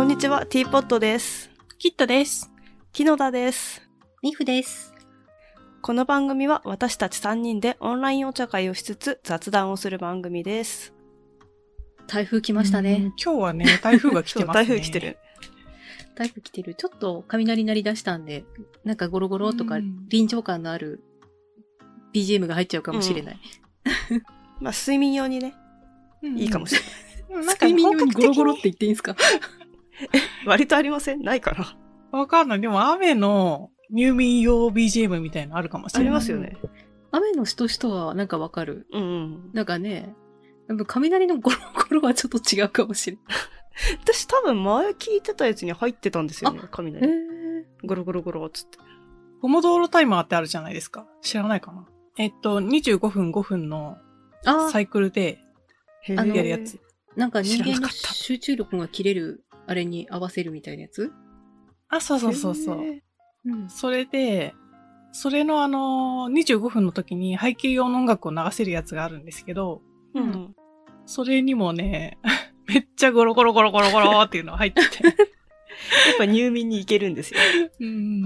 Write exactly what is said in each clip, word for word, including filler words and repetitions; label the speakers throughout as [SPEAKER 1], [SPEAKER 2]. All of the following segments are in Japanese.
[SPEAKER 1] んにちは、ティーポットです。
[SPEAKER 2] キットです。
[SPEAKER 1] 木野田です。
[SPEAKER 3] ミフです。
[SPEAKER 1] この番組は私たちさんにんでオンラインお茶会をしつつ雑談をする番組です。
[SPEAKER 3] 台風来ましたね。
[SPEAKER 2] 今日はね、台風が来てますね。
[SPEAKER 1] 台風来てる。
[SPEAKER 3] 台風来てる。ちょっと雷鳴り出したんで、なんかゴロゴロとか臨場感のある ビージーエム が入っちゃうかもしれない。
[SPEAKER 1] うん、まあ睡眠用にね、うん、いいかもしれない。
[SPEAKER 3] なんか睡眠用にゴロゴロって言っていいんですか？
[SPEAKER 1] 割とありません？ないかな。
[SPEAKER 2] わかんない。でも雨の入眠用 ビージーエム みたいなのあるかもしれない。
[SPEAKER 1] ありますよね。
[SPEAKER 3] 雨のしとしとはなんかわかる。
[SPEAKER 1] うん、うん。
[SPEAKER 3] なんかね、雷のゴロゴロはちょっと違うかもしれない。
[SPEAKER 1] 私多分前聞いてたやつに入ってたんですよね、雷。
[SPEAKER 3] へー
[SPEAKER 1] ゴロゴロゴロっつって。
[SPEAKER 2] ポモドーロタイマーってあるじゃないですか。知らないかな。えっと、にじゅうごふんごふんのサイクルでやるやつ。
[SPEAKER 3] なんか人間の集中力が切れるあれに合わせるみたいなやつ？
[SPEAKER 2] あ、そうそうそうそう。うん、それで、それのあの、にじゅうごふんの時に背景用の音楽を流せるやつがあるんですけど、
[SPEAKER 1] うん、
[SPEAKER 2] それにもね、めっちゃゴロゴロゴロゴロゴロっていうのが入ってて。やっ
[SPEAKER 1] ぱ入眠に行けるんですよ。
[SPEAKER 2] うん、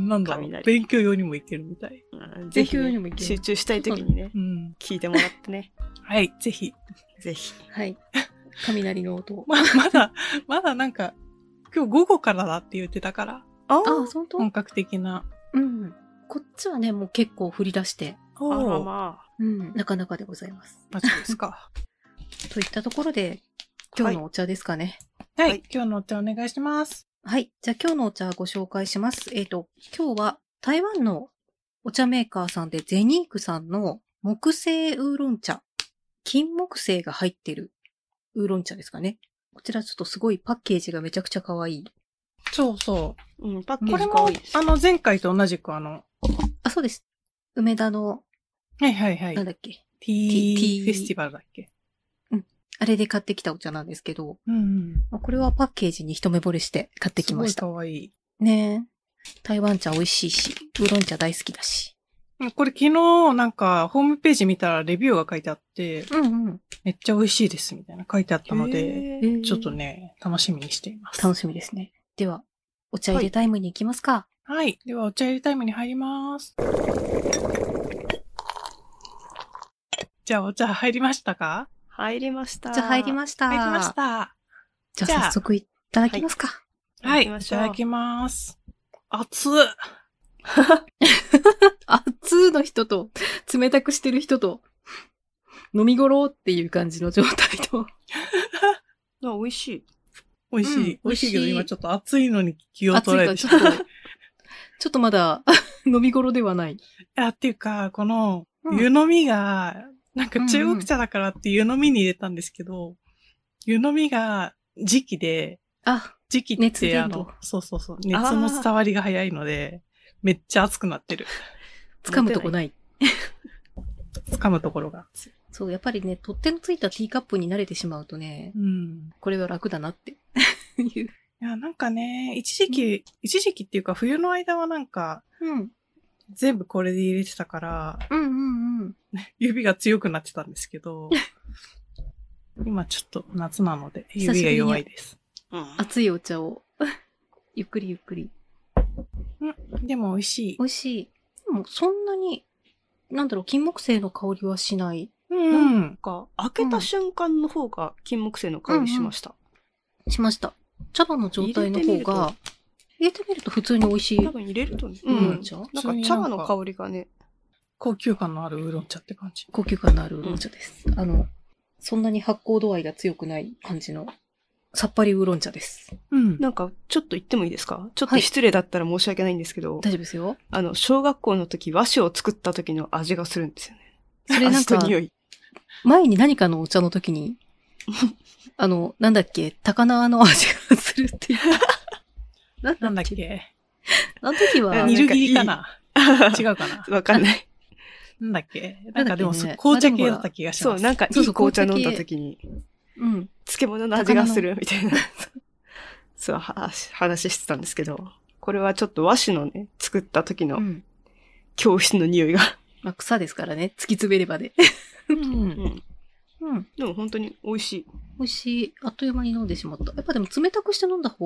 [SPEAKER 2] なんだろう。勉強用にも行けるみたい。
[SPEAKER 1] ぜひ、ね、集中したい時にね、うん、聞いてもらってね。
[SPEAKER 2] はい、ぜひ。
[SPEAKER 1] ぜひ。
[SPEAKER 3] はい。雷の音。
[SPEAKER 2] ま、まだ、まだなんか、今日午後からだって言ってたから。
[SPEAKER 3] ああ、本当？
[SPEAKER 2] 本格的な。
[SPEAKER 3] うん。こっちはね、もう結構降り出して。
[SPEAKER 1] あらまあ。
[SPEAKER 3] うん、なかなかでございます。
[SPEAKER 2] マジですか。
[SPEAKER 3] といったところで、今日のお茶ですかね。
[SPEAKER 2] はい。はい、今日のお茶お願いします。
[SPEAKER 3] はい。じゃあ今日のお茶ご紹介します。えっと、今日は台湾のお茶メーカーさんでゼニークさんの木製ウーロン茶。金木犀が入ってるウーロン茶ですかね。こちらちょっとすごいパッケージがめちゃくちゃ可愛い。
[SPEAKER 2] そうそう。
[SPEAKER 1] うん、パッケージ可愛いです。
[SPEAKER 2] これも、あの、前回と同じくあの、
[SPEAKER 3] あ、そうです。梅田の、
[SPEAKER 2] はいはいはい。
[SPEAKER 3] なんだっけ。
[SPEAKER 2] ティーフェスティバルだっけ。
[SPEAKER 3] うん。あれで買ってきたお茶なんですけど、
[SPEAKER 2] うんうん、
[SPEAKER 3] これはパッケージに一目惚れして買ってきました。
[SPEAKER 2] すごい可愛い。
[SPEAKER 3] ねえ。台湾茶美味しいし、ウーロン茶大好きだし。
[SPEAKER 2] これ昨日なんかホームページ見たらレビューが書いてあって、
[SPEAKER 3] うんうん、
[SPEAKER 2] めっちゃ美味しいですみたいな書いてあったので、ちょっとね、楽しみにしています。
[SPEAKER 3] 楽しみですね。では、お茶入れタイムに行きますか。
[SPEAKER 2] はい。はい、では、お茶入れタイムに入ります。じゃあ、お茶入りましたか？
[SPEAKER 1] 入りました。
[SPEAKER 3] じゃあ入りました。
[SPEAKER 2] 入りました。
[SPEAKER 3] じゃあ、早速いただきますか。
[SPEAKER 2] はい。はい、いただきます。熱っ。
[SPEAKER 3] 熱の人と、冷たくしてる人と、飲み頃っていう感じの状態と。
[SPEAKER 1] あ、美味しい。
[SPEAKER 2] 美味しい。うん、美味しいけど今ちょっと熱いのに気を取られて。
[SPEAKER 3] ちょっと、ちょっとまだ飲み頃ではない。い
[SPEAKER 2] や、っていうか、この湯飲みが、うん、なんか中国茶だからって湯飲みに入れたんですけど、うんうん、湯飲みが時期で、
[SPEAKER 3] あ、
[SPEAKER 2] 時期ってあの、そうそうそう、熱の伝わりが早いので、めっちゃ熱くなってる。
[SPEAKER 3] 掴むとこない。
[SPEAKER 2] 掴むところが。
[SPEAKER 3] そう、やっぱりね、取っ手のついたティーカップに慣れてしまうとね、
[SPEAKER 2] うん、
[SPEAKER 3] これは楽だなっていう。
[SPEAKER 2] いや、なんかね、一時期、うん、一時期っていうか冬の間はなんか、
[SPEAKER 3] うん、
[SPEAKER 2] 全部これで入れてたから、
[SPEAKER 3] うんうんうん、
[SPEAKER 2] 指が強くなってたんですけど、今ちょっと夏なので指が弱いです。
[SPEAKER 3] うん、熱いお茶を、ゆっくりゆっくり。
[SPEAKER 2] うん、でも美味しい。
[SPEAKER 3] 美味しい。でもそんなに、なんだろう、金木犀の香りはしない。
[SPEAKER 2] うん。
[SPEAKER 1] なんか、開けた瞬間の方が金木犀の香りしました。うん
[SPEAKER 3] うん、しました。茶葉の状態の方が、入れてみると普通に美味しい。
[SPEAKER 1] 多分入れるとね。
[SPEAKER 3] うん。なんか
[SPEAKER 1] 茶葉の香りがね。
[SPEAKER 2] 高級感のあるウーロン茶って感じ。
[SPEAKER 3] 高級感のあるウーロン茶です。うん、あの、そんなに発酵度合いが強くない感じの、さっぱりウーロン茶です。
[SPEAKER 1] うん。なんか、ちょっと言ってもいいですか？ちょっと失礼だったら申し訳ないんですけど。はい、
[SPEAKER 3] 大丈夫ですよ。
[SPEAKER 1] あの、小学校の時、和紙を作った時の味がするんですよね。
[SPEAKER 3] それなんか、
[SPEAKER 1] 味と匂い。何
[SPEAKER 3] に何かのお茶の時に、あの、なんだっけ、高輪の味がするっていう。
[SPEAKER 2] なんだっけなんだっけ
[SPEAKER 3] あの時は、
[SPEAKER 2] ニルギリかな違うかな
[SPEAKER 1] わかんない。
[SPEAKER 2] なんだっけなんかでも、ね、紅茶系だった気がします。
[SPEAKER 1] そう、なんかいい紅茶飲んだ時に、うん。漬物の味がするみたいな。そう、話してたんですけど、これはちょっと和紙のね、作った時の、教室の匂いが。
[SPEAKER 3] まあ、草ですからね、突き詰めればで。
[SPEAKER 1] うん。うん。でも本当に美味しい。
[SPEAKER 3] 美味しい。あっという間に飲んでしまった。やっぱでも冷たくして飲んだ方が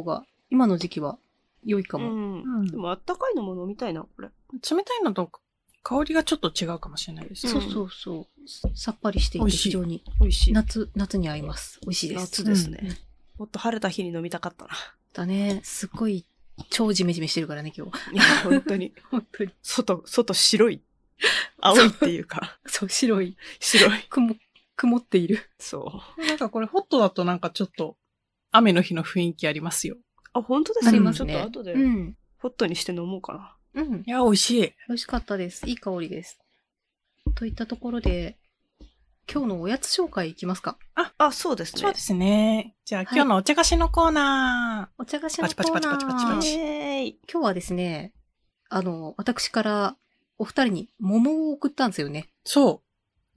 [SPEAKER 3] 今の時期は良いかも。
[SPEAKER 1] うん。
[SPEAKER 2] うん、
[SPEAKER 1] でもあったかいのも飲みたいな、これ。
[SPEAKER 2] 冷たいのと香りがちょっと違うかもしれないです。
[SPEAKER 3] そうそうそう。さっぱりしていて非常に
[SPEAKER 1] 美味しい。
[SPEAKER 3] 夏、夏に合います。美味しいです。
[SPEAKER 1] 夏ですね。うん、もっと晴れた日に飲みたかったな。
[SPEAKER 3] だね。すっごい超ジメジメしてるからね、今日。
[SPEAKER 1] いや、本当に。
[SPEAKER 3] 本当に。
[SPEAKER 1] 外、外白い。青いっていうか。
[SPEAKER 3] そう、白い。
[SPEAKER 1] 白い。
[SPEAKER 3] 曇、曇っている。
[SPEAKER 1] そ
[SPEAKER 2] う。なんかこれホットだとなんかちょっと雨の日の雰囲気ありますよ。
[SPEAKER 1] あ、本当ですね。ありますね。ちょっと後で、うん、ホットにして飲もうか
[SPEAKER 3] な。うん。
[SPEAKER 2] いや、美味しい。
[SPEAKER 3] 美味しかったです。いい香りです。といったところで、今日のおやつ紹介いきますか？
[SPEAKER 1] あ、あ、そうですね。
[SPEAKER 2] そうですね。じゃあ、はい、今日のお茶菓子のコーナー。
[SPEAKER 3] お茶菓子のコーナー。
[SPEAKER 2] パチパチパチパチパチパチ。
[SPEAKER 3] 今日はですね、あの、私からお二人に桃を送ったんですよね。
[SPEAKER 2] そう。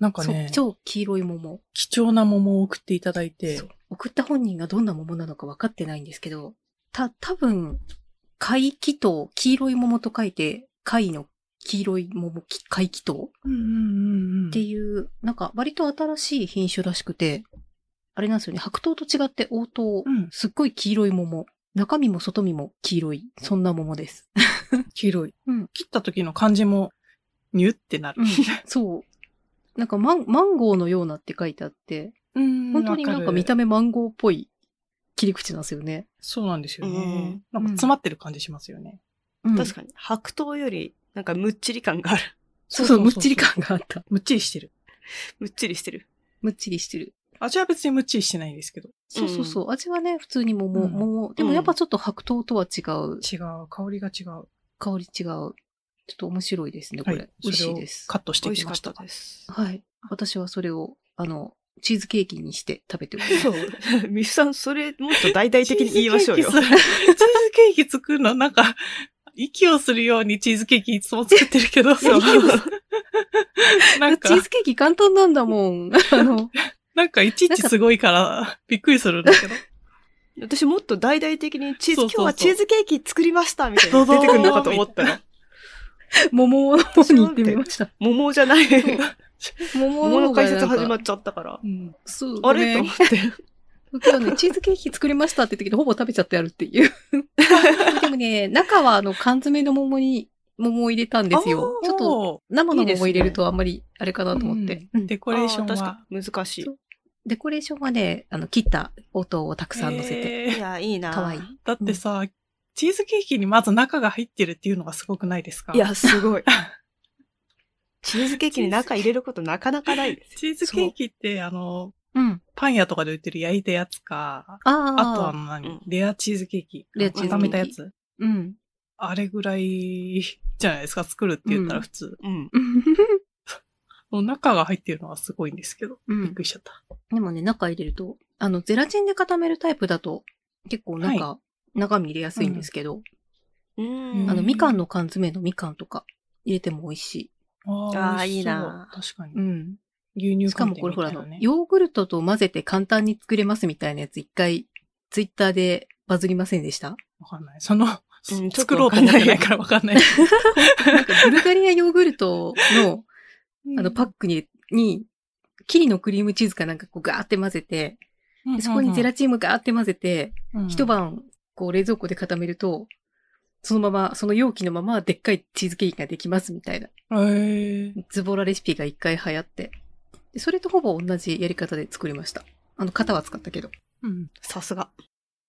[SPEAKER 2] なんかね。
[SPEAKER 3] 超黄色い桃。
[SPEAKER 2] 貴重な桃を送っていただいて。
[SPEAKER 3] 送った本人がどんな桃なのか分かってないんですけど、た、多分、貝木と黄色い桃と書いて、貝の黄色い桃、貝木とっていう、なんか割と新しい品種らしくて、あれなんですよね、白桃と違って黄桃、うん、すっごい黄色い桃。中身も外身も黄色い。そんな桃です。
[SPEAKER 2] 黄色い。うん。切った時の感じも、ニュってなる。
[SPEAKER 3] うん、そう。なんかマン、マンゴーのようなって書いてあって、うん本当になんか見た目マンゴーっぽい切り口なんですよね。
[SPEAKER 2] そうなんですよね。なんか詰まってる感じしますよね。
[SPEAKER 1] うん、確かに。白桃より、なんかむっちり感がある。
[SPEAKER 3] そうそう、むっちり感があった。
[SPEAKER 2] むっちりしてる。
[SPEAKER 1] むっちりしてる。
[SPEAKER 3] むっちりしてる。
[SPEAKER 2] 味は別にむっちりしてないんですけど。
[SPEAKER 3] そうそうそう。味はね、普通に桃、うん、桃。でもやっぱちょっと白桃とは違う。
[SPEAKER 2] 違う。香りが違う。
[SPEAKER 3] 香り違う。ちょっと面白いですね、これ。はい、美味しいです。
[SPEAKER 2] カットしてきました。
[SPEAKER 1] 美味しかったです。
[SPEAKER 3] はい。私はそれを、あの、チーズケーキにして食べております。
[SPEAKER 1] そう。ミフさん、それもっと大々的に言いましょうよ。
[SPEAKER 2] チーズケーキ作るの、なんか、息をするようにチーズケーキいつも作ってるけど、そう。
[SPEAKER 3] なんかチーズケーキ簡単なんだもん。あの、
[SPEAKER 2] なんかいちいちすごいからびっくりするんだけど。
[SPEAKER 1] 私もっと大々的にチーズ、そうそうそう今日はチーズケーキ作りましたみたいな出てくるのかと思ったら。
[SPEAKER 3] 桃の方に行ってみました。
[SPEAKER 1] 桃じゃない。桃の解説始まっちゃったから。うん、そうあれと思って。
[SPEAKER 3] 今日ね、チーズケーキ作りましたって言ったけど、ほぼ食べちゃってやるっていう。でもね、中はあの、缶詰の桃に、桃を入れたんですよ。ちょっと、生の桃入れるとあんまり、あれかなと思って。いいね
[SPEAKER 2] うん、デコレーションは
[SPEAKER 1] 難しい。
[SPEAKER 3] デコレーションはね、あの、切った音をたくさん乗せて。
[SPEAKER 1] いや、いいな
[SPEAKER 3] かわいい。
[SPEAKER 2] だってさ、うん、チーズケーキにまず中が入ってるっていうのがすごくないですか？
[SPEAKER 1] いや、すごい。チーズケーキに中入れることなかなかないです。
[SPEAKER 2] チーズケーキって、あの、うん、パン屋とかで売ってる焼いたやつか、ああとは何、うん、レアチーズケーキ。
[SPEAKER 3] レアチーズケーキ。
[SPEAKER 2] 固めたやつ。
[SPEAKER 3] うん。
[SPEAKER 2] あれぐらいじゃないですか、作るって言ったら普通。うん。もう中が入ってるのはすごいんですけど、うん、びっくりしちゃった。
[SPEAKER 3] でもね、中入れると、あの、ゼラチンで固めるタイプだと、結構中、はい、中身入れやすいんですけど、うん、あの、みかんの缶詰のみかんとか入れても美味しい。
[SPEAKER 1] ああ、いいな。
[SPEAKER 2] 確かに。
[SPEAKER 3] うん。
[SPEAKER 2] 牛乳
[SPEAKER 3] しかもこれほら、あの、ヨーグルトと混ぜて簡単に作れますみたいなやつ一回、ツイッターでバズりませんでした？
[SPEAKER 2] わかんない。その、うん、作ろうと思ってないからわかんない。
[SPEAKER 3] なんかブルガリアヨーグルトの、あの、パックに、に、キリのクリームチーズかなんかこうガーって混ぜて、うんうんうん、そこにゼラチンもガーって混ぜて、うんうん、一晩、こう冷蔵庫で固めると、そのまま、その容器のままでっかいチーズケーキができますみたいな。
[SPEAKER 2] へー。
[SPEAKER 3] ズボラレシピが一回流行って。でそれとほぼ同じやり方で作りました。あの、型は使ったけど。
[SPEAKER 1] うん。さすが。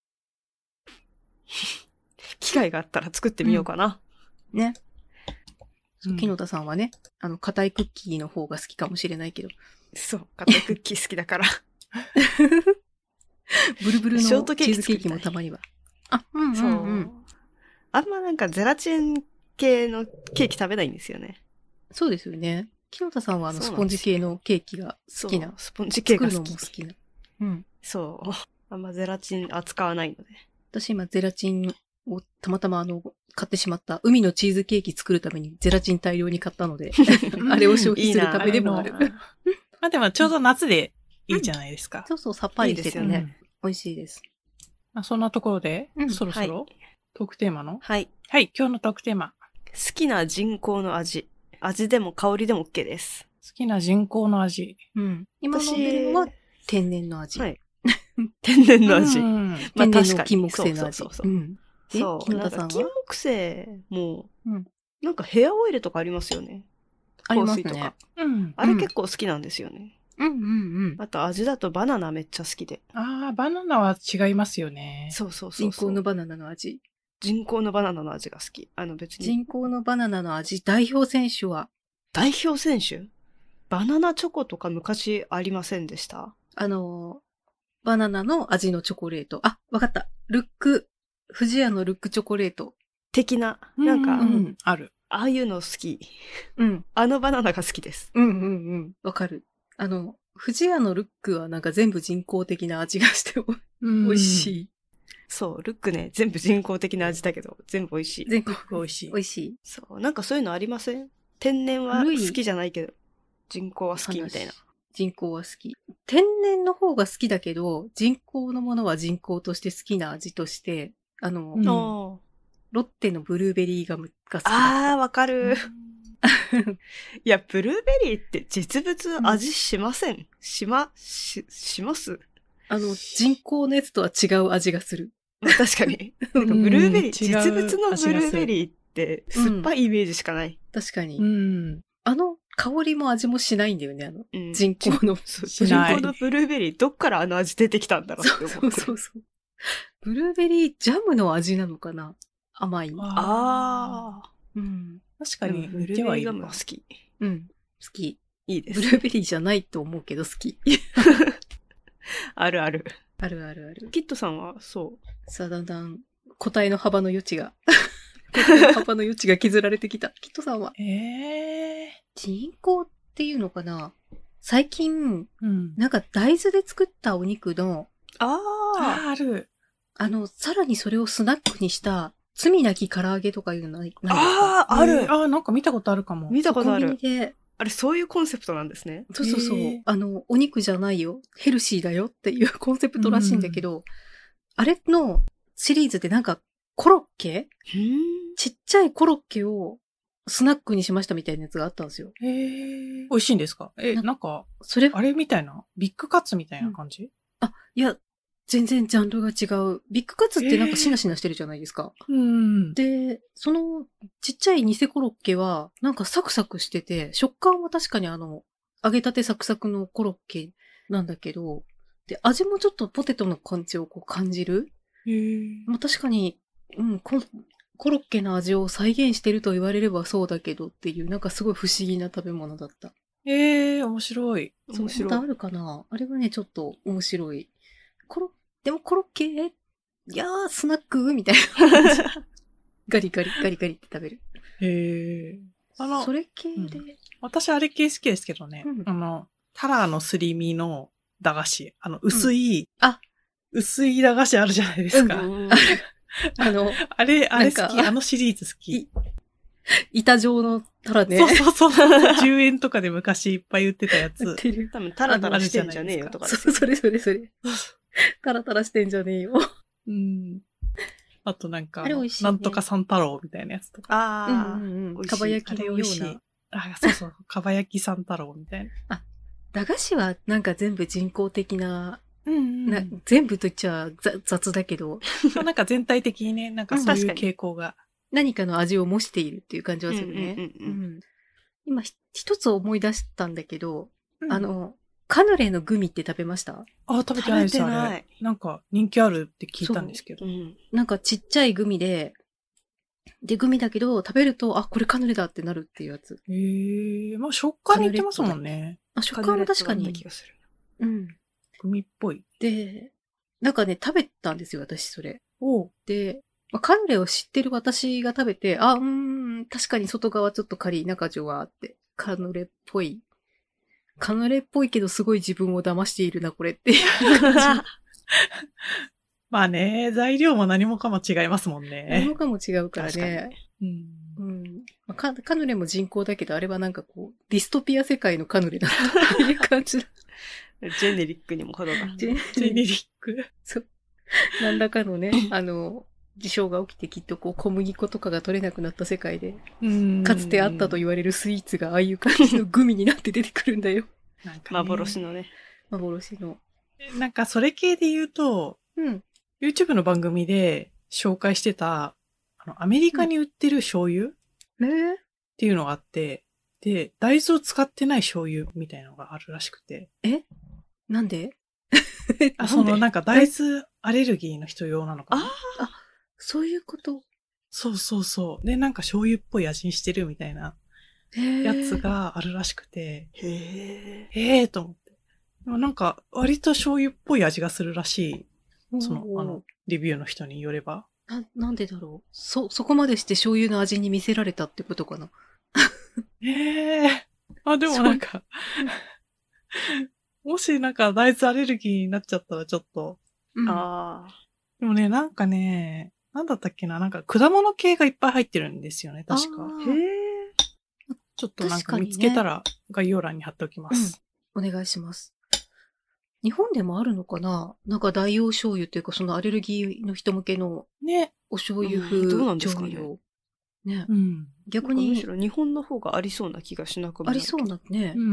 [SPEAKER 1] 機会があったら作ってみようかな。
[SPEAKER 3] うん、ね。うん、木野田さんはね、あの、硬いクッキーの方が好きかもしれないけど。
[SPEAKER 1] そう、硬いクッキー好きだから。
[SPEAKER 3] ブルブルのチーズケーキもたまには。あ、うんうんうん。そう。
[SPEAKER 1] あんまなんかゼラチン系のケーキ食べないんですよね。
[SPEAKER 3] そうですよね。木野田さんはあのスポンジ系のケーキが好きな。
[SPEAKER 1] スポンジ系が好き。
[SPEAKER 3] 作るのも好きな。うん。
[SPEAKER 1] そう。あんまゼラチン扱わないので。
[SPEAKER 3] 私今ゼラチンをたまたまあの、買ってしまった海のチーズケーキ作るためにゼラチン大量に買ったので、あれを消費するためでもある。
[SPEAKER 2] いいまあでもちょうど夏でいいじゃないですか。
[SPEAKER 3] うん、そうそう、さっぱりしてるね。いいですよね。美味しいです。
[SPEAKER 2] まあ、そんなところで、うん、そろそろ、はい、トークテーマの
[SPEAKER 1] はい。
[SPEAKER 2] はい、今日のトークテーマ。
[SPEAKER 1] 好きな人工の味。味でも香りでも OK です。
[SPEAKER 2] 好きな人工の味。
[SPEAKER 3] うん。今飲んでるのは天然の味。
[SPEAKER 1] はい。 天然の味。
[SPEAKER 2] うん、
[SPEAKER 1] まあ
[SPEAKER 3] 天然
[SPEAKER 1] 確かに。
[SPEAKER 3] の金木犀の味。
[SPEAKER 1] そうそうそうそう。
[SPEAKER 3] うん。え、
[SPEAKER 1] そう。
[SPEAKER 3] 木村さんは
[SPEAKER 1] なんか金木犀も、
[SPEAKER 3] うん
[SPEAKER 1] なんかヘアオイルとかありますよね。
[SPEAKER 3] あります
[SPEAKER 1] 香水とか
[SPEAKER 3] ね。。
[SPEAKER 2] うん。
[SPEAKER 1] あれ結構好きなんですよね。
[SPEAKER 3] うんうんうん。
[SPEAKER 1] あと味だとバナナめっちゃ好きで。
[SPEAKER 2] ああ、バナナは違いますよね。
[SPEAKER 1] そうそうそうそう。
[SPEAKER 3] 人工のバナナの味。
[SPEAKER 1] 人工のバナナの味が好き。あの別に。
[SPEAKER 3] 人工のバナナの味、代表選手は、
[SPEAKER 1] 代表選手バナナチョコとか昔ありませんでした？
[SPEAKER 3] あの、バナナの味のチョコレート。あ、わかった。ルック、富士屋のルックチョコレート。
[SPEAKER 1] 的な。なんか、
[SPEAKER 2] うんうんうん、ある。
[SPEAKER 1] ああいうの好き。
[SPEAKER 3] うん。
[SPEAKER 1] あのバナナが好きです。
[SPEAKER 3] うんうんうん。わかる。あの、富士屋のルックはなんか全部人工的な味がして美味しい。
[SPEAKER 1] そう、ルックね、全部人工的な味だけど、全部美味しい。
[SPEAKER 3] 全部
[SPEAKER 2] 美味しい。
[SPEAKER 3] 美味しい。
[SPEAKER 1] そう、なんかそういうのありません？天然は
[SPEAKER 3] 古い
[SPEAKER 1] 好きじゃないけど、人工は好きみたいな。
[SPEAKER 3] 人工は好き。天然の方が好きだけど、人工のものは人工として好きな味として、あの、
[SPEAKER 2] うん
[SPEAKER 1] おー
[SPEAKER 3] ロッテのブルーベリーガムが好きだった。
[SPEAKER 1] あー、わかる。いや、ブルーベリーって実物味しません、うん、しま、し、します
[SPEAKER 3] あの、人工のやつとは違う味がする。
[SPEAKER 1] まあ、確かに。なんかブルーベリー、
[SPEAKER 2] うん、
[SPEAKER 1] 実物のブルーベリーって酸っぱいイメージしかない。
[SPEAKER 3] うん、確かに。
[SPEAKER 2] うん。
[SPEAKER 3] あの香りも味もしないんだよね、あの、
[SPEAKER 1] うん、
[SPEAKER 3] 人工の。
[SPEAKER 1] 人工のブルーベリー、どっからあの味出てきたんだろうって思って。
[SPEAKER 3] そうそうそう。ブルーベリージャムの味なのかな？甘い。
[SPEAKER 1] ああ。
[SPEAKER 3] うん。
[SPEAKER 2] 確かに、
[SPEAKER 1] ブルーベリーガムは好き。
[SPEAKER 3] うん。好き。
[SPEAKER 1] いいです。
[SPEAKER 3] ブルーベリーじゃないと思うけど好き。
[SPEAKER 1] あるある。
[SPEAKER 3] あるあるある。
[SPEAKER 1] キットさんは、そう。
[SPEAKER 3] さあ、だんだん答えの幅の余地が、答えの幅の余地が削られてきた。キットさんは。
[SPEAKER 2] ええー。
[SPEAKER 3] 人工っていうのかな？最近、
[SPEAKER 2] うん、
[SPEAKER 3] なんか大豆で作ったお肉の、
[SPEAKER 1] あ
[SPEAKER 2] あ、ある。
[SPEAKER 3] あの、さらにそれをスナックにした、罪なき唐揚げとかいうのないですか？
[SPEAKER 1] ああ、ある。
[SPEAKER 2] ああ、なんか見たことあるかも。
[SPEAKER 1] 見たことある。
[SPEAKER 3] コンビニで。
[SPEAKER 1] あれ、そういうコンセプトなんですね。
[SPEAKER 3] そうそうそう。あの、お肉じゃないよ。ヘルシーだよっていうコンセプトらしいんだけど、うん、あれのシリーズでなんかコロッケちっちゃいコロッケをスナックにしましたみたいなやつがあったんですよ。
[SPEAKER 2] へー。美味しいんですか？え、な、なんか、それ、あれみたいなビッグカツみたいな感じ、うん、
[SPEAKER 3] あ、いや、全然ジャンルが違う。ビッグカツってなんかしなしなしてるじゃないですか。
[SPEAKER 2] うん。
[SPEAKER 3] で、そのちっちゃい偽コロッケはなんかサクサクしてて、食感は確かにあの、揚げたてサクサクのコロッケなんだけど、で、味もちょっとポテトの感じをこう感じる。
[SPEAKER 2] へー。
[SPEAKER 3] まあ確かに、うんコ、コロッケの味を再現してると言われればそうだけどっていう、なんかすごい不思議な食べ物だった。
[SPEAKER 2] ええー、面白い。
[SPEAKER 3] 面白い。またあるかな？あれはね、ちょっと面白い。コロでもコロッケいやー、スナックみたいな感じ。ガリガリ、ガリガリって食べる。
[SPEAKER 2] へえ。
[SPEAKER 3] あの、それ系で、うん。
[SPEAKER 2] 私あれ系好きですけどね。うん、あの、タラのすり身の駄菓子。あの、薄い、うん、あ、薄い駄菓子あるじゃないですか。うん、
[SPEAKER 3] あの、
[SPEAKER 2] あれ、あれ好き。あのシリーズ好き。
[SPEAKER 3] 板状のタラね。
[SPEAKER 2] そうそうそう。じゅうえんとかで昔いっぱい売ってたやつ。
[SPEAKER 1] 多分タラタラしてんじゃねえよとかです
[SPEAKER 3] よ。そう、それそれそれ。タラタラしてんじゃねえよ。
[SPEAKER 2] うん。あとなんか、
[SPEAKER 3] あれ美味しいね、
[SPEAKER 2] なんとか三太郎みたいなやつとか。
[SPEAKER 1] ああ、
[SPEAKER 3] うんうんうん。かば焼きのような。
[SPEAKER 2] 美味しい。あ、そうそう。かば焼き三太郎みたいな。
[SPEAKER 3] あ、駄菓子はなんか全部人工的な、
[SPEAKER 2] うんうん、
[SPEAKER 3] な全部と言っちゃ雑だけど。
[SPEAKER 2] なんか全体的にね、なんかそういう傾向が。
[SPEAKER 3] 何かの味を模しているっていう感じはするね。うんうんうんうん、今一つ思い出したんだけど、うん、あの、カヌレのグミって食べました？
[SPEAKER 2] あ、食べてないです、あれ。なんか人気あるって聞いたんですけど。
[SPEAKER 3] うん、なんかちっちゃいグミで、で、グミだけど食べると、あ、これカヌレだってなるっていうやつ。
[SPEAKER 2] へえ、まあ食感似てますもんね。
[SPEAKER 3] あ、食感も確かに。うん。
[SPEAKER 2] グミっぽい。
[SPEAKER 3] で、なんかね、食べたんですよ、私それ。
[SPEAKER 2] お
[SPEAKER 3] で、まあ、カヌレを知ってる私が食べて、あ、うーん、確かに外側ちょっとカリー、中ジュワーって、カヌレっぽい。カヌレっぽいけどすごい自分を騙しているな、これっていう感じ。
[SPEAKER 2] まあね、材料も何もかも違いますもんね。
[SPEAKER 3] 何もかも違うからね。
[SPEAKER 2] うん
[SPEAKER 3] うんまあ、カ, カヌレも人工だけど、あれはなんかこう、ディストピア世界のカヌレだったっていう感じだ。
[SPEAKER 1] ジェネリックにも程が。
[SPEAKER 3] ジェ
[SPEAKER 2] ネリック。
[SPEAKER 3] そう。何らかのね、あの、事象が起きてきっとこう小麦粉とかが取れなくなった世界で、かつてあったと言われるスイーツがああいう感じのグミになって出てくるんだよ。
[SPEAKER 1] なんかね、幻のね。
[SPEAKER 3] 幻の。
[SPEAKER 2] なんかそれ系で言うと、
[SPEAKER 3] うん。
[SPEAKER 2] YouTube の番組で紹介してた、あの、アメリカに売ってる醤油、
[SPEAKER 3] うん、えー、
[SPEAKER 2] っていうのがあって、で、大豆を使ってない醤油みたいなのがあるらしくて。
[SPEAKER 3] えなんで
[SPEAKER 2] あ、そのなんか大豆アレルギーの人用なのかな。
[SPEAKER 3] ああ、そういうこと。
[SPEAKER 2] そうそうそう。で、なんか醤油っぽい味にしてるみたいなやつがあるらしくて。
[SPEAKER 1] へ
[SPEAKER 2] ー。へーと思って。でもなんか割と醤油っぽい味がするらしい。その、あの、レビューの人によれば。
[SPEAKER 3] な、なんでだろう。そ、そこまでして醤油の味に見せられたってことかな。
[SPEAKER 2] へー。あ、でもなんか、もしなんか大豆アレルギーになっちゃったらちょっと。
[SPEAKER 3] うん、
[SPEAKER 1] ああ。
[SPEAKER 2] でもね、なんかね、なんだったっけな、なんか果物系がいっぱい入ってるんですよね、確か。
[SPEAKER 1] へえ。
[SPEAKER 2] ちょっとなんか見つけたら概要欄に貼っておきます、
[SPEAKER 3] うん。お願いします。日本でもあるのかな、なんか代用醤油っていうかそのアレルギーの人向けのね、お醤油風調味料。ね。うん。逆に。
[SPEAKER 1] むしろ日本の方がありそうな気がしなくもない。
[SPEAKER 3] ありそうなね。
[SPEAKER 2] うん。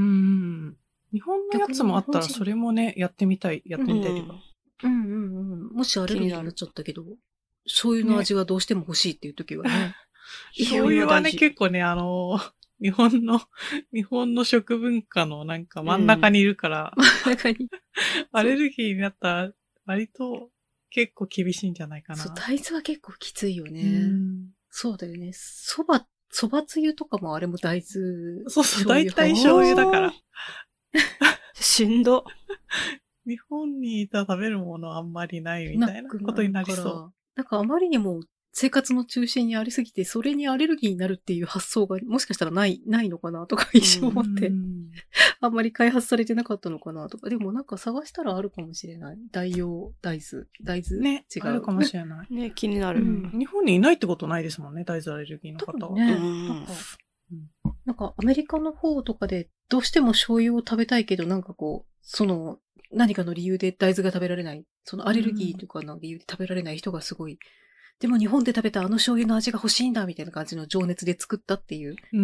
[SPEAKER 2] 日本のやつもあったらそれもね、やってみたい、やってみたいというか。
[SPEAKER 3] うんうんうん。もしアレルギーになっちゃったけど、醤油の味がどうしても欲しいっていう時はね。ね
[SPEAKER 2] 醤油はね、結構ね、あのー、日本の、日本の食文化のなんか真ん中にいるから、
[SPEAKER 3] うん、真ん中に。
[SPEAKER 2] アレルギーになったら割と結構厳しいんじゃないかな。
[SPEAKER 3] そう、大豆は結構きついよね。うん、そうだよね。蕎麦、蕎麦つゆとかもあれも大豆。
[SPEAKER 2] そうそう、大体醤油だから。
[SPEAKER 1] しんど。
[SPEAKER 2] 日本にいたら食べるものあんまりないみたいなことになりそう。
[SPEAKER 3] なんかあまりにも生活の中心にありすぎて、それにアレルギーになるっていう発想がもしかしたらない、ないのかなとか一瞬思って、あんまり開発されてなかったのかなとか、でもなんか探したらあるかもしれない。代用、大豆、大豆
[SPEAKER 2] ね、
[SPEAKER 3] 違う。
[SPEAKER 2] あるかもしれない。
[SPEAKER 1] ね、気になる、うん。
[SPEAKER 2] 日本にいないってことないですもんね、大豆アレルギーの方は。
[SPEAKER 3] ね、なんか、うん、なんかアメリカの方とかでどうしても醤油を食べたいけど、なんかこう、その、何かの理由で大豆が食べられない、そのアレルギーとかの理由で食べられない人がすごい、でも日本で食べたあの醤油の味が欲しいんだみたいな感じの情熱で作ったっていう、うん、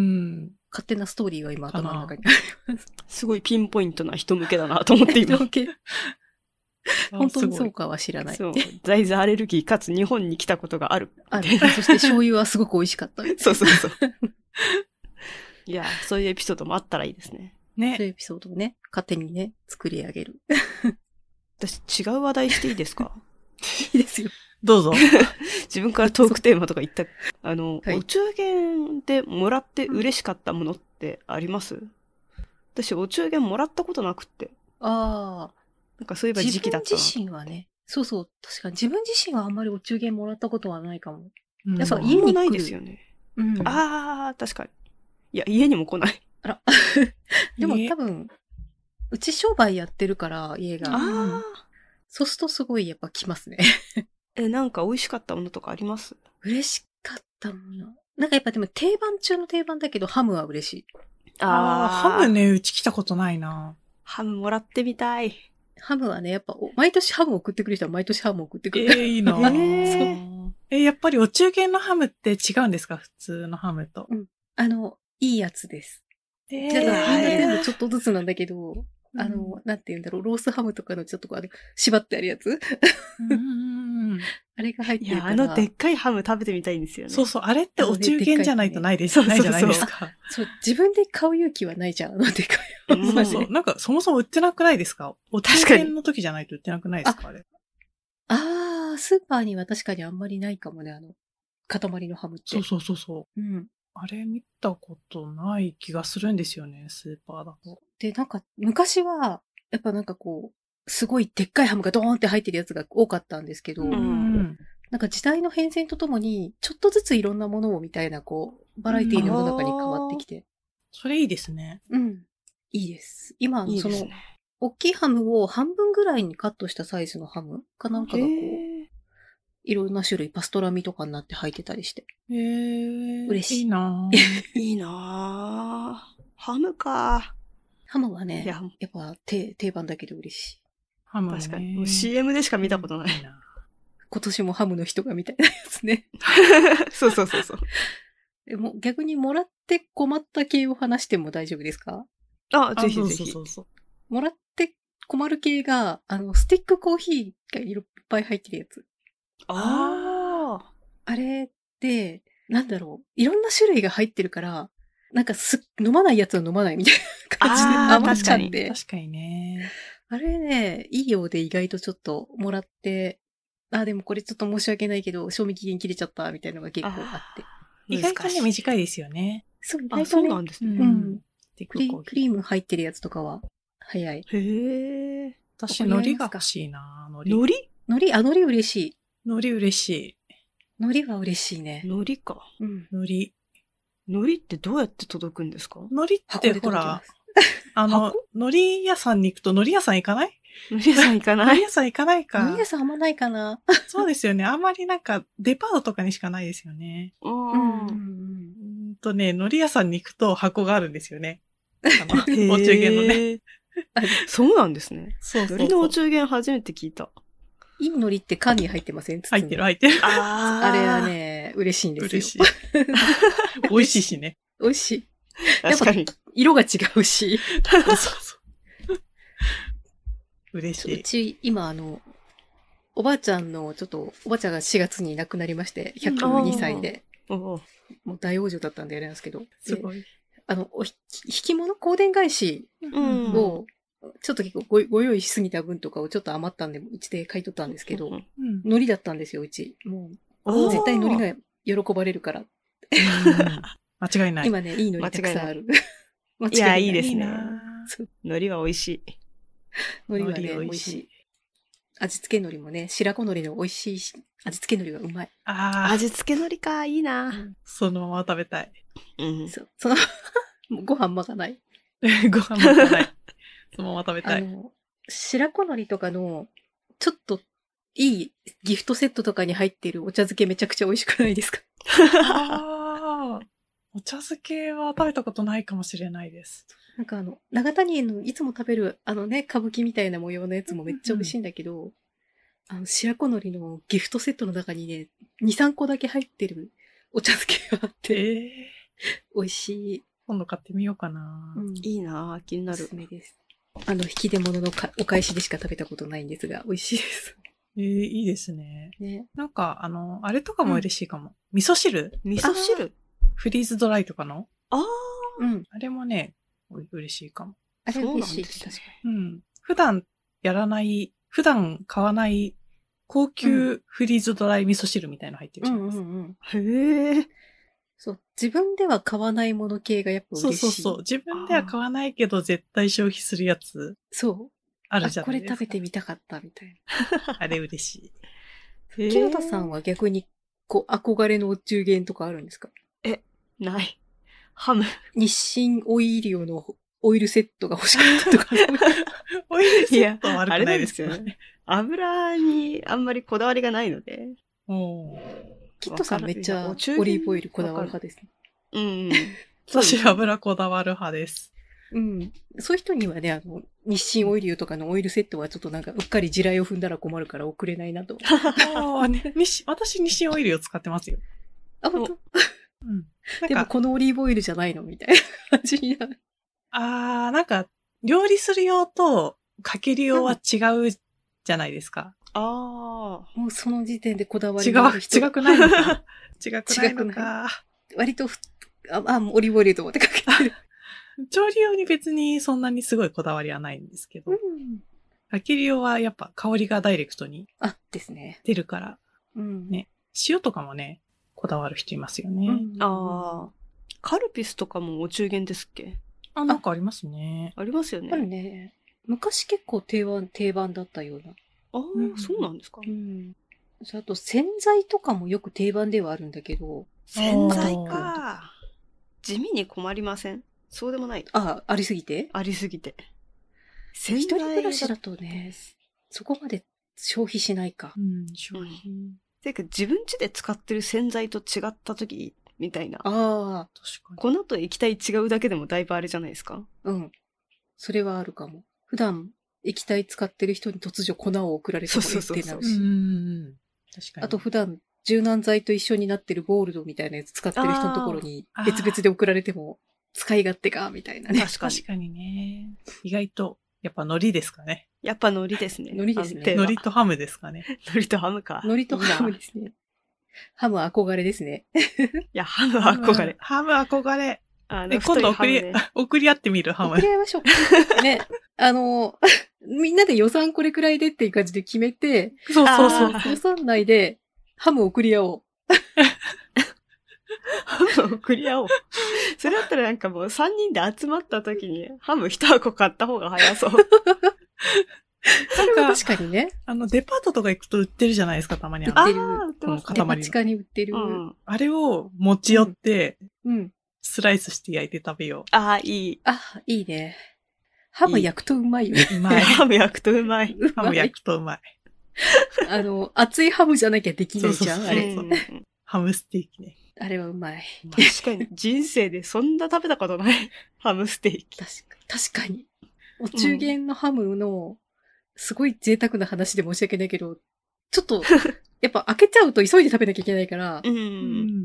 [SPEAKER 3] 勝手なストーリーが今頭の中にあります。
[SPEAKER 1] すごいピンポイントな人向けだなと思って今。
[SPEAKER 3] 本当にそうかは知らない。
[SPEAKER 1] そう。大豆アレルギーかつ日本に来たことがある。
[SPEAKER 3] ある。そして醤油はすごく美味しかった。
[SPEAKER 1] そうそうそう。いや、そういうエピソードもあったらいいですね。
[SPEAKER 3] ね。そういうエピソードをね、勝手にね、作り上げる。
[SPEAKER 1] 私、違う話題していいですか？
[SPEAKER 3] いいですよ。
[SPEAKER 2] どうぞ。
[SPEAKER 1] 自分からトークテーマとか言った、あの、はい、お中元でもらって嬉しかったものってあります？私、お中元もらったことなくって。
[SPEAKER 3] ああ。
[SPEAKER 1] なんかそういえば時期だったな。
[SPEAKER 3] 自分自身はね。そうそう。確かに自分自身はあんまりお中元もらったことはないかも。
[SPEAKER 1] うん、やっぱ家に来る。ないですよね。うん、ああ、確かに。いや、家にも来ない。
[SPEAKER 3] あら。でも多分、うち商売やってるから、家が。ああ。そうするとすごいやっぱ来ますね。
[SPEAKER 1] え、なんか美味しかったものとかあります？
[SPEAKER 3] 嬉しかったもの。なんかやっぱでも定番中の定番だけど、ハムは嬉しい。
[SPEAKER 2] ああ、ハムね、うち来たことないな。
[SPEAKER 1] ハムもらってみたい。
[SPEAKER 3] ハムはね、やっぱ、毎年ハム送ってくる人は毎年ハム送ってくる。
[SPEAKER 2] えー、いいなえー、えー、やっぱりお中元のハムって違うんですか？普通のハムと。
[SPEAKER 3] うん。あの、いいやつです。えー、だからみんな全部ちょっとずつなんだけど、あの、うん、なんて言うんだろう、ロースハムとかのちょっとこう、あの、縛ってあるやつうんあれが入ってるから。
[SPEAKER 1] いや、あのでっかいハム食べてみたいんですよね。
[SPEAKER 2] そうそう、あれってお中元じゃないとないです。ないじゃないですか。
[SPEAKER 3] そう、自分で買う勇気はないじゃん、あのでかい
[SPEAKER 2] ハム。そうそう、なんかそもそも売ってなくないですか？お中元の時じゃないと売ってなくないですか？あれ。
[SPEAKER 3] あー、スーパーには確かにあんまりないかもね、あの、塊のハムって。
[SPEAKER 2] そうそうそうそう。
[SPEAKER 3] うん。
[SPEAKER 2] あれ見たことない気がするんですよね、スーパーだと。
[SPEAKER 3] で、なんか、昔は、やっぱなんかこう、すごいでっかいハムがドーンって入ってるやつが多かったんですけど、うん、なんか時代の変遷とともに、ちょっとずついろんなものをみたいな、こう、バラエティの世の中に変わってきて。
[SPEAKER 2] それいいですね。
[SPEAKER 3] うん。いいです。今、いいですね、その、大きいハムを半分ぐらいにカットしたサイズのハムかなんかがこう、いろんな種類、パストラミとかになって入ってたりして。
[SPEAKER 2] へー。
[SPEAKER 3] 嬉しい。
[SPEAKER 2] いいな
[SPEAKER 1] ぁ。いいなぁ。ハムか。
[SPEAKER 3] ハムはね、や, やっぱ定定番だけど嬉しい。
[SPEAKER 2] ハムね。
[SPEAKER 1] 確かに。シーエム でしか見たことないな。うん、
[SPEAKER 3] 今年もハムの人がみたいなやつね。
[SPEAKER 1] そうそうそうそう。
[SPEAKER 3] でも逆にもらって困った系を話しても大丈夫ですか？
[SPEAKER 1] あ、ぜひぜひ。
[SPEAKER 3] そうそうそうそう。もらって困る系が、あの、スティックコーヒーがいっぱい入ってるやつ。
[SPEAKER 1] ああ。
[SPEAKER 3] あれって、なんだろう。いろんな種類が入ってるから、なんかす、飲まないやつは飲まないみたいな感じで
[SPEAKER 1] あー
[SPEAKER 3] 余っちゃって。
[SPEAKER 2] 確かにね。
[SPEAKER 3] あれね、いいようで意外とちょっともらって、あ、でもこれちょっと申し訳ないけど、賞味期限切れちゃったみたいなのが結構あって。
[SPEAKER 2] 意外とね、短いですよね。
[SPEAKER 3] そう、意
[SPEAKER 1] あ、
[SPEAKER 3] 外とね。
[SPEAKER 1] そうなんですね。
[SPEAKER 3] うん。
[SPEAKER 2] で
[SPEAKER 3] クリクリーム入ってるやつとかは早い。
[SPEAKER 1] へえ。
[SPEAKER 2] 私、海苔が欲しいな、海
[SPEAKER 1] 苔。海苔
[SPEAKER 3] 海苔、あ、海苔嬉しい。
[SPEAKER 2] 海苔嬉しい。
[SPEAKER 3] 海苔は嬉しいね。
[SPEAKER 1] 海苔か。
[SPEAKER 3] うん。
[SPEAKER 2] 海苔。
[SPEAKER 1] 海苔ってどうやって届くんですか？
[SPEAKER 2] 海苔ってほら、あの、海苔屋さんに行くと海苔屋さん行かない？
[SPEAKER 1] 海苔屋さん行かない？
[SPEAKER 2] 海苔屋さん行かないか。
[SPEAKER 3] 海苔屋さんあんまないかな。
[SPEAKER 2] そうですよね。あんまりなんか、デパートとかにしかないですよね。
[SPEAKER 1] うん。
[SPEAKER 2] うんとね、海苔屋さんに行くと箱があるんですよね。あの、お中元のね。
[SPEAKER 1] そうなんですね。
[SPEAKER 2] そうそうそう。
[SPEAKER 1] 海苔のお中元初めて聞いた。
[SPEAKER 3] いい海苔って缶に入ってません？
[SPEAKER 2] 入ってる入ってる。
[SPEAKER 3] ああ。あれはね、嬉しいんですよ。
[SPEAKER 2] 嬉しい。美味しいしね。
[SPEAKER 3] 美味しい。
[SPEAKER 1] 確かに。
[SPEAKER 3] 色が違うし。
[SPEAKER 2] そうそうそう。嬉しい。
[SPEAKER 3] うち、今あの、おばあちゃんの、ちょっと、おばあちゃんがしがつに亡くなりまして、ひゃくにさいで。もう大往生だったんであれなんですけど。
[SPEAKER 2] すごい。
[SPEAKER 3] あの、おひ、引き物香典返しを、ちょっと結構ご、ご用意しすぎた分とかをちょっっと余ったんで、うちで買い取ったんですけど、うん、海苔だったんですよ、うち。もう、絶対海苔が喜ばれるから。
[SPEAKER 2] 間違いない。
[SPEAKER 3] 今ね、いい海苔たくさんある。
[SPEAKER 1] 間違いない。いや、いいですね。海苔は美味しい。
[SPEAKER 3] 海苔はね、美味しい。味付け海苔もね、白子海苔の美味しいし、味付け海苔がうまい。
[SPEAKER 1] ああ。味付け海苔か、いいな、うん。
[SPEAKER 2] そのまま食べたい。
[SPEAKER 3] うん。そう。そのご飯まかない。
[SPEAKER 2] ご飯まかない。そのまま食べたい。
[SPEAKER 3] あの、白子海苔とかの、ちょっといいギフトセットとかに入っているお茶漬けめちゃくちゃ美味しくないですか？
[SPEAKER 2] ああ。お茶漬けは食べたことないかもしれないです。
[SPEAKER 3] なんかあの、長谷園のいつも食べるあのね、歌舞伎みたいな模様のやつもめっちゃ美味しいんだけど、うんうん、あの、白子海苔のギフトセットの中にね、に、さんこだけ入ってるお茶漬けがあって、えー、美味しい。
[SPEAKER 2] 今度買ってみようかな、
[SPEAKER 1] うん、いいなぁ、気になる。
[SPEAKER 3] おすすめです。あの、引き出物のかお返しでしか食べたことないんですが、美味しいです。
[SPEAKER 2] えー、いいですね。
[SPEAKER 3] ね。
[SPEAKER 2] なんか、あの、あれとかも嬉しいかも。うん、味噌汁
[SPEAKER 1] 味噌汁
[SPEAKER 2] フリーズドライとかの
[SPEAKER 1] ああ。
[SPEAKER 3] うん。
[SPEAKER 2] あれもね、嬉しいかも。
[SPEAKER 3] あれ嬉しいです。確か
[SPEAKER 2] に。うん。普段やらない、普段買わない高級フリーズドライ味噌汁みたいなの入ってるじゃないですか。うんうんうん、
[SPEAKER 3] へえ。そう。自分では買わないもの系がやっぱ嬉しい。
[SPEAKER 2] そうそうそう。自分では買わないけど絶対消費するやつ。
[SPEAKER 3] そう。
[SPEAKER 2] あるじゃないですか。
[SPEAKER 3] これ食べてみたかったみたい
[SPEAKER 2] な。あれ嬉し
[SPEAKER 3] い。木野田さんは逆に、こう、憧れのお中元とかあるんですか？
[SPEAKER 1] え、ない。ハム。
[SPEAKER 3] 日清オイリオのオイルセットが欲しかったとか。
[SPEAKER 2] オイルセットは悪くないですよね。
[SPEAKER 1] 油にあんまりこだわりがないので。
[SPEAKER 3] おキットさんめっちゃオリーブオイルこだわる派ですね。
[SPEAKER 1] うん。
[SPEAKER 2] 私油こだわる派です。
[SPEAKER 3] うん。そういう人にはね、あの、日清オイリオとかのオイルセットはちょっとなんかうっかり地雷を踏んだら困るから送れないなと。
[SPEAKER 2] ああ、ね、私日清オイルを使ってますよ。
[SPEAKER 3] あ、本当？
[SPEAKER 2] うん。
[SPEAKER 3] でもこのオリーブオイルじゃないのみたいな感じになる。
[SPEAKER 2] あー、なんか、料理する用とかける用は違うじゃないですか。
[SPEAKER 1] あ
[SPEAKER 3] あ。もうその時点でこだわり
[SPEAKER 2] がある人。違う、違くないのか。違くないのか。
[SPEAKER 3] 割と、あ、あ、オリーブオイルと思ってかけてる。
[SPEAKER 2] 調理用に別にそんなにすごいこだわりはないんですけど。うん、かける用はやっぱ香りがダイレクトに。
[SPEAKER 3] あ、ですね。
[SPEAKER 2] 出るから。
[SPEAKER 3] うん。
[SPEAKER 2] ね。塩とかもね、こだわる人いますよね。
[SPEAKER 1] うん、ああ。カルピスとかもお中元ですっけ？
[SPEAKER 2] あ、なんかありますね。
[SPEAKER 1] ありますよね。
[SPEAKER 3] あるね。昔結構定番、定番だったような。
[SPEAKER 1] ああ、うん、そうなんですか？
[SPEAKER 3] うん。あと洗剤とかもよく定番ではあるんだけど。
[SPEAKER 1] 洗剤か。地味に困りません？そうでもない。
[SPEAKER 3] あ、ありすぎて？
[SPEAKER 1] ありすぎて。
[SPEAKER 3] 洗剤一人暮らしだとね、そこまで消費しないか。
[SPEAKER 2] うん、消費。うん、
[SPEAKER 1] てか自分家で使ってる洗剤と違った時みたいな。
[SPEAKER 3] ああ、
[SPEAKER 2] 確かに。
[SPEAKER 1] 粉と液体違うだけでもだいぶあれじゃないですか？
[SPEAKER 3] うん。それはあるかも。普段液体使ってる人に突如粉を送られてもえってなるし。
[SPEAKER 2] うん。確かに。
[SPEAKER 3] あと普段柔軟剤と一緒になってるゴールドみたいなやつ使ってる人のところに別々で送られても使い勝手かみたいなね。
[SPEAKER 2] 確かに。確かにね。意外とやっぱ海苔ですかね。
[SPEAKER 1] やっぱ海苔ですね。
[SPEAKER 3] 海苔ですね。
[SPEAKER 2] 海苔とハムですかね。
[SPEAKER 1] 海苔とハムか。
[SPEAKER 3] 海苔とハムですね。ハム憧れですね。
[SPEAKER 1] いや、ハムは憧れ。
[SPEAKER 2] ハム憧れ。
[SPEAKER 1] あ
[SPEAKER 2] の、今度送り、ね、送り合ってみる、ハム。
[SPEAKER 3] 送り合いましょう。ね。あの、みんなで予算これくらいでっていう感じで決めて、
[SPEAKER 2] そうそうそう。
[SPEAKER 3] 予算内でハム送り合おう。
[SPEAKER 1] ハム送り合おう。それだったらなんかもうさんにんで集まった時にハム一箱買った方が早そう。
[SPEAKER 3] それは確かにね。
[SPEAKER 2] あの、デパートとか行くと売ってるじゃないですか、たまに。
[SPEAKER 3] 売ってる。
[SPEAKER 2] この塊
[SPEAKER 3] デパ地下に売ってる。
[SPEAKER 1] うん、
[SPEAKER 2] あれを持ち寄って、
[SPEAKER 3] うん。
[SPEAKER 2] スライスして焼いて食べよう。
[SPEAKER 1] ああ、いい。
[SPEAKER 3] あ、いいね。ハム焼くとうまいよね。
[SPEAKER 2] うまい。
[SPEAKER 1] ハム焼くとうまい。
[SPEAKER 2] ハム焼くとうまい。
[SPEAKER 3] あの、熱いハムじゃなきゃできないじゃん、
[SPEAKER 2] そうそうそう
[SPEAKER 3] あれ。
[SPEAKER 1] うん、
[SPEAKER 2] ハムステーキね。
[SPEAKER 3] あれはうまい。
[SPEAKER 1] 確かに、人生でそんな食べたことない。ハムステーキ。
[SPEAKER 3] 確か確かに。お中元のハムの、すごい贅沢な話で申し訳ないけど、ちょっと、やっぱ開けちゃうと急いで食べなきゃいけないから、
[SPEAKER 1] うん、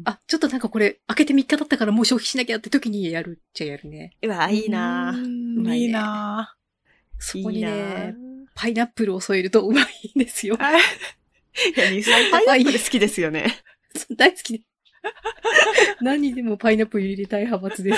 [SPEAKER 3] あ、ちょっとなんかこれ開けてみっかだったからもう消費しなきゃって時にやるっちゃやるね。
[SPEAKER 1] うわ、いいなぁ。
[SPEAKER 3] うまいね。
[SPEAKER 2] いいなぁ。
[SPEAKER 3] そこにね、パイナップルを添えるとうまいんですよ。
[SPEAKER 1] いや、ニさんパイナップル好きですよね。
[SPEAKER 3] 大好きで。何にでもパイナップル入れたい派閥です。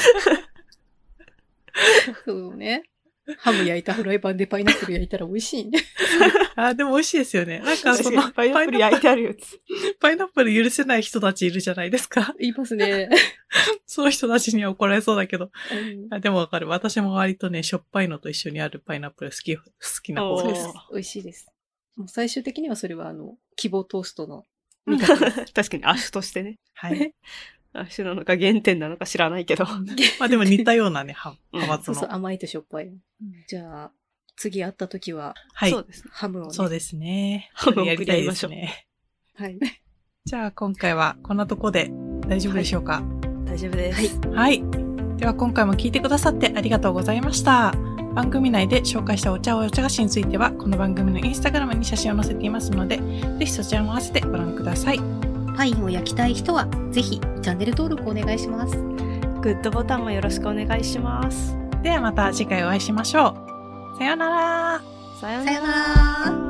[SPEAKER 3] そうね。ハム焼いたフライパンでパイナップル焼いたら美味しいね。
[SPEAKER 2] あ、でも美味しいですよね。なんかその、
[SPEAKER 1] パイナップル焼いてあるやつ。
[SPEAKER 2] パイナップル許せない人たちいるじゃないですか。
[SPEAKER 3] いますね。
[SPEAKER 2] その人たちには怒られそうだけど。
[SPEAKER 3] うん、
[SPEAKER 2] あでもわかる。私も割とね、しょっぱいのと一緒にあるパイナップル好き、好きな方です。
[SPEAKER 3] 美味しいです。もう最終的にはそれはあの、希望トーストの
[SPEAKER 1] 味方です。確かに、アッシュとしてね。
[SPEAKER 2] はい。
[SPEAKER 1] アッシュなのか原点なのか知らないけど。ま
[SPEAKER 2] あでも似たようなね、派閥の。
[SPEAKER 3] そうそう、甘いとしょっぱい。うん、じゃあ、次会った時は、
[SPEAKER 2] はい。
[SPEAKER 1] そうですね。
[SPEAKER 3] ハムを、ね。
[SPEAKER 2] そうですね。
[SPEAKER 1] ハムを
[SPEAKER 2] やりたいですね。
[SPEAKER 3] はい。
[SPEAKER 2] じゃあ今回はこんなとこで大丈夫でしょうか？
[SPEAKER 1] はい、大丈夫です。
[SPEAKER 3] はい。
[SPEAKER 2] はい。では今回も聞いてくださってありがとうございました。番組内で紹介したお茶お茶菓子については、この番組のインスタグラムに写真を載せていますので、ぜひそちらも合わせてご覧ください。
[SPEAKER 3] パインを焼きたい人は、ぜひチャンネル登録お願いします。
[SPEAKER 1] グッドボタンもよろしくお願いします。
[SPEAKER 2] ではまた次回お会いしましょう。さようなら。
[SPEAKER 1] さようなら。
[SPEAKER 3] さようなら。